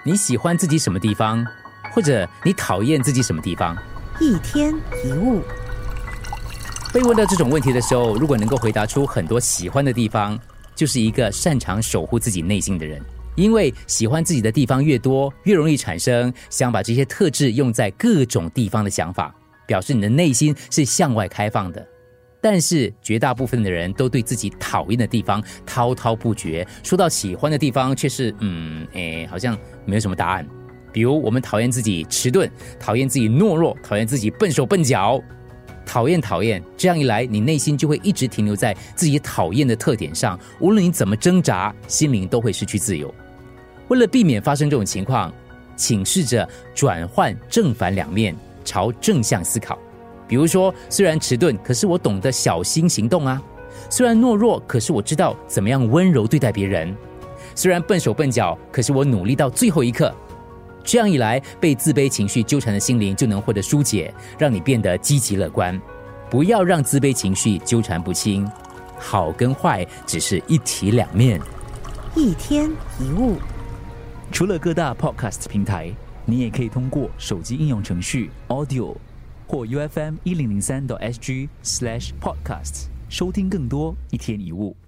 你喜欢自己什么地方，或者你讨厌自己什么地方？ 一天一物。 被问到这种问题的时候，如果能够回答出很多喜欢的地方，就是一个擅长守护自己内心的人。因为喜欢自己的地方越多，越容易产生想把这些特质用在各种地方的想法，表示你的内心是向外开放的。但是绝大部分的人都对自己讨厌的地方滔滔不绝，说到喜欢的地方却是好像没有什么答案。比如我们讨厌自己迟钝，讨厌自己懦弱，讨厌自己笨手笨脚，讨厌，这样一来你内心就会一直停留在自己讨厌的特点上，无论你怎么挣扎，心灵都会失去自由。为了避免发生这种情况，请试着转换正反两面，朝正向思考。比如说，虽然迟钝，可是我懂得小心行动啊；虽然懦弱，可是我知道怎么样温柔对待别人；虽然笨手笨脚，可是我努力到最后一刻。这样一来，被自卑情绪纠缠的心灵就能获得疏解，让你变得积极乐观。不要让自卑情绪纠缠不清，好跟坏只是一体两面。 一天一物。 除了各大 podcast 平台，你也可以通过手机应用程序 Audio 或 UFM1003.SG/podcast 收听更多一天一物。